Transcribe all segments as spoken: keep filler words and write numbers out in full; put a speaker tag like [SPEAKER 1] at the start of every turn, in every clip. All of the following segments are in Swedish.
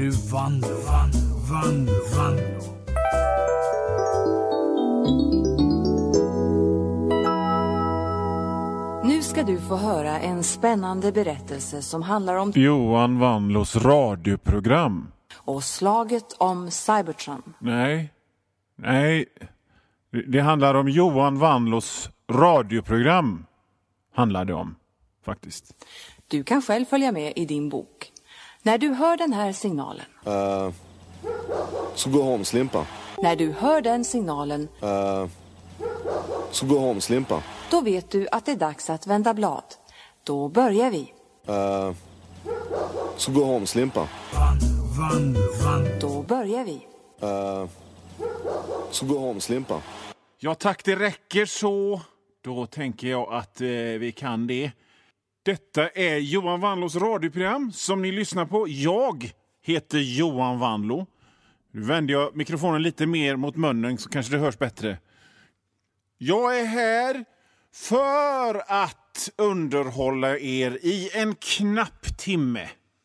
[SPEAKER 1] nu Vanlo, Vanlo, Vanlo, Vanlo.
[SPEAKER 2] Nu ska du få höra en spännande berättelse som handlar om
[SPEAKER 3] Johan Vanlos radioprogram.
[SPEAKER 2] och slaget om Cybertron.
[SPEAKER 3] Nej, nej. Det handlar om Johan Vanlos radioprogram. Handlar det om, faktiskt.
[SPEAKER 2] Du kan själv följa med i din bok. När du hör den här signalen.
[SPEAKER 4] Uh, så gå hem, Slimpa.
[SPEAKER 2] När du hör den signalen.
[SPEAKER 4] Uh, så gå hem, Slimpa.
[SPEAKER 2] Då vet du att det är dags att vända blad. Då börjar vi.
[SPEAKER 4] Uh, så gå hem, Slimpa.
[SPEAKER 1] Vanlo, Vanlo, Vanlo.
[SPEAKER 2] Då börjar vi.
[SPEAKER 4] Uh, så gå hem, Slimpa.
[SPEAKER 3] Ja tack, det räcker så. Då tänker jag att eh, vi kan det. Detta är Johan Vanlos radioprogram som ni lyssnar på. Jag heter Johan Vanlo. Nu vänder jag mikrofonen lite mer mot munnen så kanske det hörs bättre. Jag är här för att underhålla er i en knapp timme.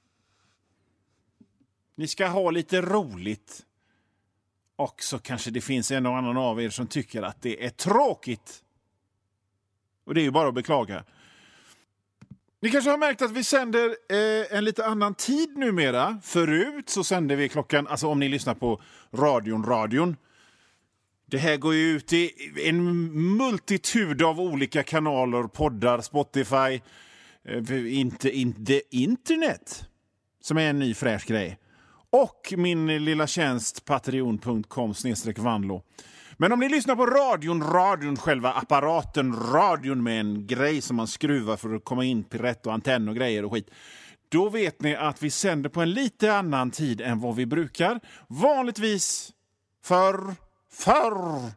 [SPEAKER 3] Ni ska ha lite roligt. Och så kanske det finns en och annan av er som tycker att det är tråkigt. Och det är ju bara att beklaga. Ni kanske har märkt att vi sänder eh, en lite annan tid numera. Förut så sände vi klockan, alltså om ni lyssnar på radion, radion. Det här går ju ut i en multitud av olika kanaler, poddar, Spotify, eh, inte, inte internet, som är en ny fräsch grej. Och min lilla tjänst patreon punkt com snedstreck vanlo. Men om ni lyssnar på radion, radion, själva apparaten, radion med en grej som man skruvar för att komma in på rätt och antenn och grejer och skit. Då vet ni att vi sänder på en lite annan tid än vad vi brukar. Vanligtvis förr, förr.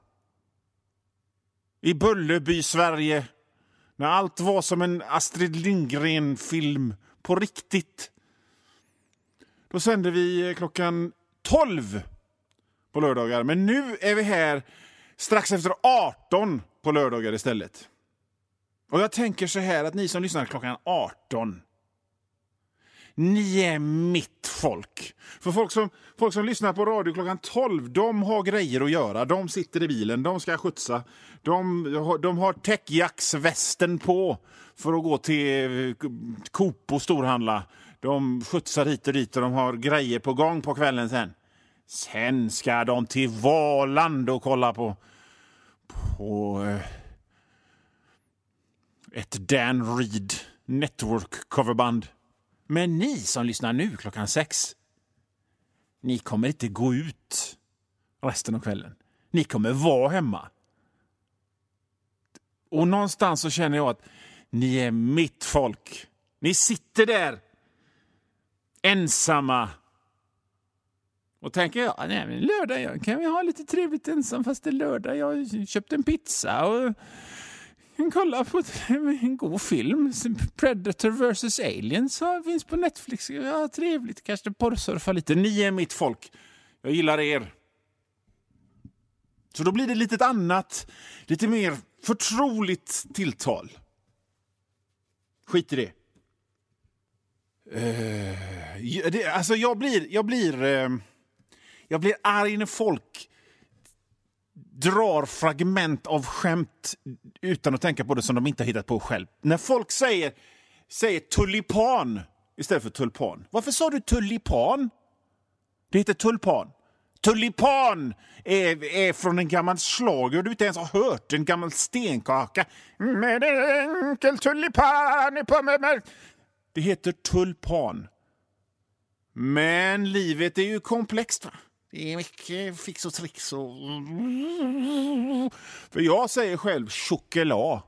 [SPEAKER 3] I Bullerby, Sverige. När allt var som en Astrid Lindgren-film på riktigt. Då sände vi klockan tolv på lördagar. Men nu är vi här strax efter arton på lördagar istället. Och jag tänker så här att ni som lyssnar klockan arton. Ni är mitt folk. För folk som, folk som lyssnar på radio klockan tolv, de har grejer att göra. De sitter i bilen, de ska skjutsa. De, de har täckjacksvästen på för att gå till Coop och storhandla. De skjutsar hit och dit och de har grejer på gång på kvällen sen. Sen ska de till Valand och kolla på, på eh, ett Dan Reed Network-coverband. Men ni som lyssnar nu klockan sex, ni kommer inte gå ut resten av kvällen. Ni kommer vara hemma. Och någonstans så känner jag att ni är mitt folk. Ni sitter där ensamma. Och tänker jag, nej men lördag jag, kan vi ha lite trevligt ensam fast det är lördag. Jag köpte en pizza och kan kolla på en god film. Predator versus Aliens så finns på Netflix. Ja, trevligt. Kanske porrsurfa lite. Ni är mitt folk. Jag gillar er. Så då blir det lite annat, lite mer förtroligt tilltal. Skit i det. Uh, det alltså jag blir jag blir uh, jag blir arg när folk drar fragment av skämt utan att tänka på det som de inte har hittat på själv. När folk säger säger tulipan istället för tulpan. Varför sa du tulipan? Det heter tulpan. Tulipan är, är från en gammal slager du inte ens har hört. En gammal stenkaka. Med en enkel tulipan på mig. Det heter tulpan. Men livet är ju komplext, va? Det är mycket fix och tricks och... För jag säger själv choklad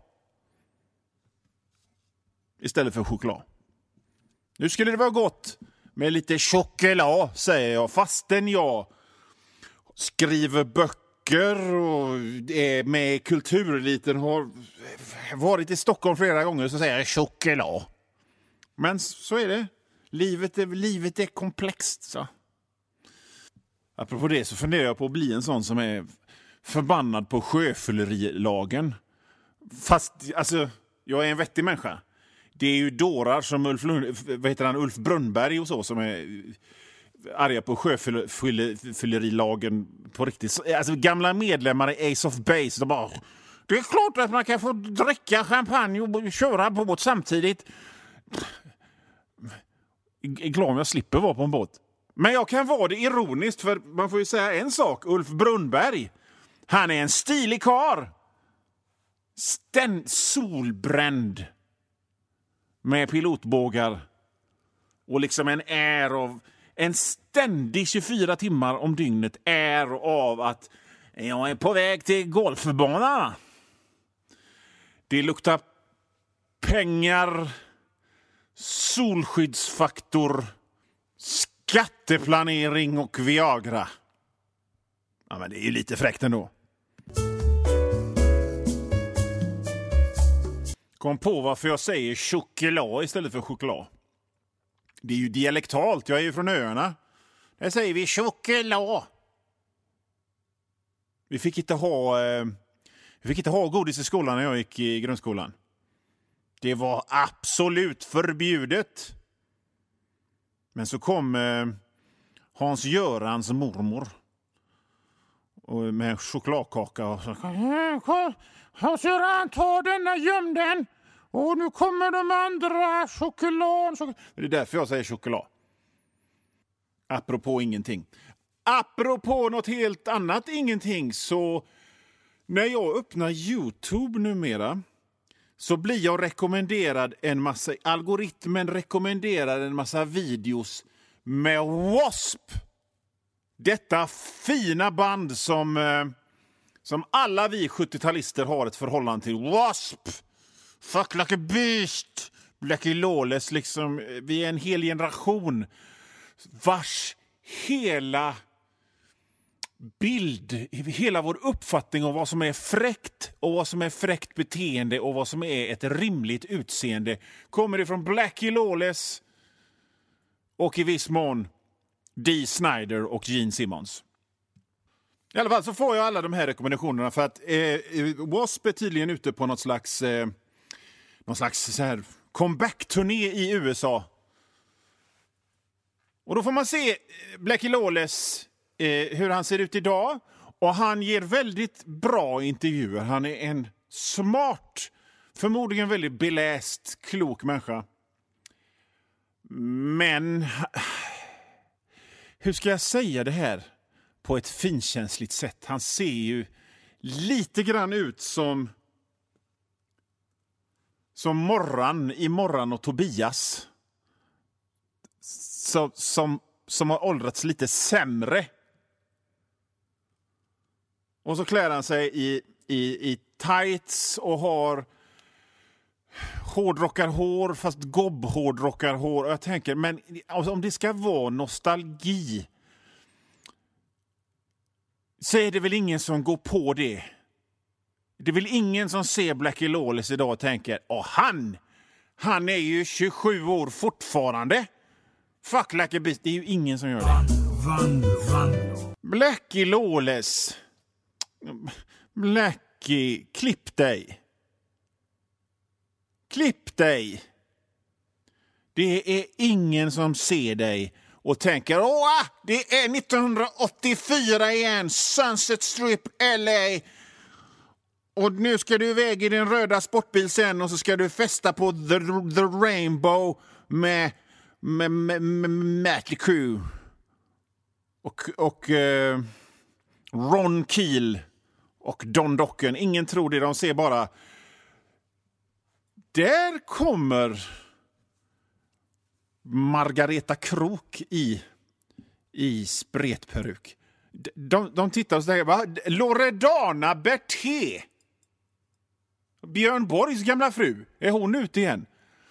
[SPEAKER 3] istället för choklad. Nu skulle det vara gott med lite choklad, säger jag. Fastän jag skriver böcker och är med i kultureliten, har varit i Stockholm flera gånger, så säger jag choklad. Men så är det. Livet är, livet är komplext, så. Apropå det så funderar jag på att bli en sån som är förbannad på sjöfyllerilagen. Fast, alltså, jag är en vettig människa. Det är ju dårar som Ulf, Lund, vad heter han, Ulf Brunnberg och så som är arga på sjöfyllerilagen på riktigt. Alltså gamla medlemmar i Ace of Base, de bara, det är klart att man kan få dricka champagne och köra på båt samtidigt. Jag är glad om jag slipper vara på en båt. Men jag kan vara det ironiskt, för man får ju säga en sak. Ulf Brunnberg, han är en stilig karl. Sten solbränd. Med pilotbågar. Och liksom en är av... En ständig tjugofyra timmar om dygnet är av att jag är på väg till golfbanan. Det luktar pengar, solskyddsfaktor, skatteplanering och Viagra. Ja, men det är ju lite fräckt ändå. Kom på varför jag säger choklad istället för choklad. Det är ju dialektalt, jag är ju från öarna. Där säger vi choklad. Vi fick inte ha, eh, vi fick inte ha godis i skolan när jag gick i grundskolan. Det var absolut förbjudet. Men så kom eh, Hans Görans mormor och med chokladkaka och så, Hans Göran, ta denna, göm den. Och nu kommer de andra choklad. choklad. Det är därför jag säger choklad. Apropå ingenting. Apropå något helt annat ingenting, så när jag öppnar YouTube numera så blir jag rekommenderad en massa, algoritmen rekommenderar en massa videos med W A S P. Detta fina band som, eh, som alla vi sjuttio-talister har ett förhållande till. W A S P. Fuck like a beast. Blackie Lawless, liksom. Vi är en hel generation vars hela bild, hela vår uppfattning om vad som är fräckt och vad som är fräckt beteende och vad som är ett rimligt utseende kommer ifrån Blackie Lawless och i viss mån Dee Snider och Gene Simmons. I alla fall så får jag alla de här rekommendationerna för att eh, W A S P är tydligen ute på något slags eh, någon slags så här comeback-turné i U S A. Och då får man se Blackie Lawless, eh, hur han ser ut idag. Och han ger väldigt bra intervjuer. Han är en smart, förmodligen väldigt beläst, klok människa. Men hur ska jag säga det här på ett finkänsligt sätt? Han ser ju lite grann ut som som Morran i Morran och Tobias. Så, som, som har åldrats lite sämre. Och så klär han sig i, i, i tights och har hårdrockarhår, fast gobb-hårdrockarhår. Och jag tänker, men om det ska vara nostalgi så är det väl ingen som går på det. Det är väl ingen som ser Blackie Lawless idag och tänker, åh han, han är ju tjugosju år fortfarande. Fuck like a beast, det är ju ingen som gör det.
[SPEAKER 1] Vanlo, vanlo.
[SPEAKER 3] Blackie Lawless. Blackie, klipp dig. Klipp dig. Det är ingen som ser dig och tänker, åh, det är nittonhundraåttiofyra igen, Sunset Strip, L A. Och nu ska du iväg i din röda sportbil sen och så ska du festa på The, the Rainbow med, med, med, med Mötley Crüe. Och, och uh, Ron Keel och Don Dokken. Ingen tror det, de ser bara. Där kommer Margareta Krok i, i spretperuk. De, de tittar och säger, va? Loredana Berté. Björn Borgs gamla fru. Är hon ute igen?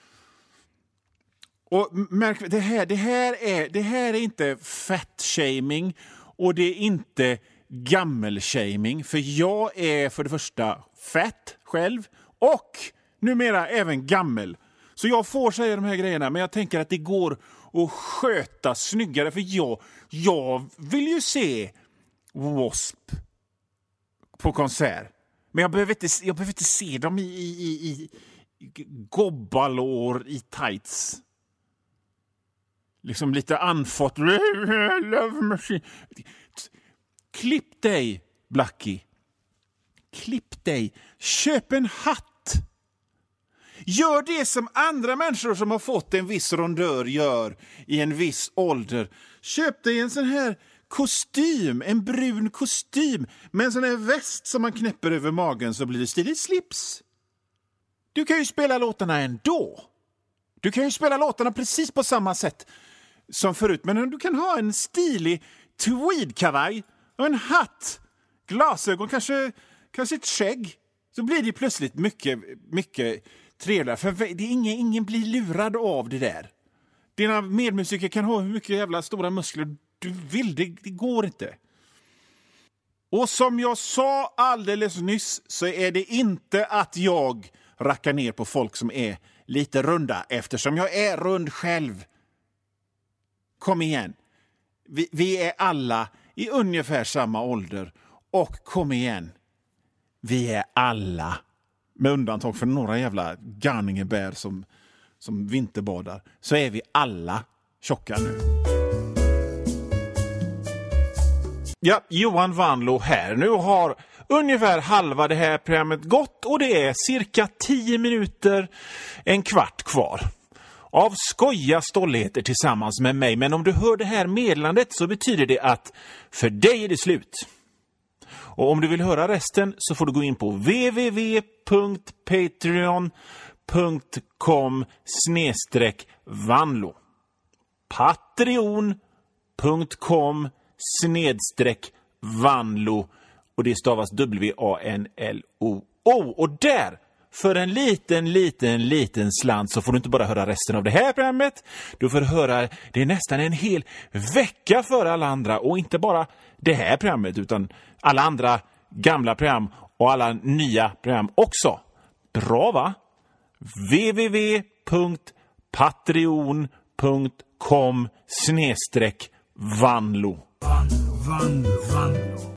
[SPEAKER 3] Och märk, det här, det här är, det här är inte fat-shaming och det är inte gammel-shaming. För jag är för det första fat själv och numera även gammel. Så jag får säga de här grejerna, men jag tänker att det går att sköta snyggare. För jag, jag vill ju se W A S P på konsert. Men jag behöver inte, jag behöver inte se dem i, i, i, i gobbalår i tights. liksom lite anfått. Love machine. Klipp dig, Blackie. Klipp dig. Köp en hatt. Gör det som andra människor som har fått en viss rondör gör i en viss ålder. Köp dig en sån här kostym, en brun kostym med en sån här väst som man knäpper över magen så blir det stiligt slips. Du kan ju spela låtarna ändå. Du kan ju spela låtarna precis på samma sätt som förut, men du kan ha en stilig tweedkavaj och en hatt, glasögon, kanske, kanske ett skägg. Så blir det plötsligt mycket, mycket trevligare. För det är ingen, ingen blir lurad av det där. Dina medmusiker kan ha hur mycket jävla stora muskler du vill. Det, det går inte. Och som jag sa alldeles nyss så är det inte att jag rackar ner på folk som är lite runda. Eftersom jag är rund själv. Kom igen. Vi, vi är alla i ungefär samma ålder. Och kom igen. Vi är alla, med undantag för några jävla garningebär som, som vinterbadar, så är vi alla tjocka nu. Ja, Johan Vanlo här. Nu har ungefär halva det här programmet gått och det är cirka tio minuter, en kvart kvar. Av skoja stolligheter tillsammans med mig. Men om du hör det här meddelandet så betyder det att för dig är det slut. Och om du vill höra resten så får du gå in på w w w punkt patreon punkt com snedstreck vanlo. patreon punkt com snedstreck vanlo. Och det stavas W A N L O O. Och där, för en liten, liten, liten slant så får du inte bara höra resten av det här programmet. Du får höra det är nästan en hel vecka för alla andra. Och inte bara det här programmet utan alla andra gamla program och alla nya program också. Bra va? w w w punkt patreon punkt com snedstreck vanlo.
[SPEAKER 1] Vanlo, vanlo.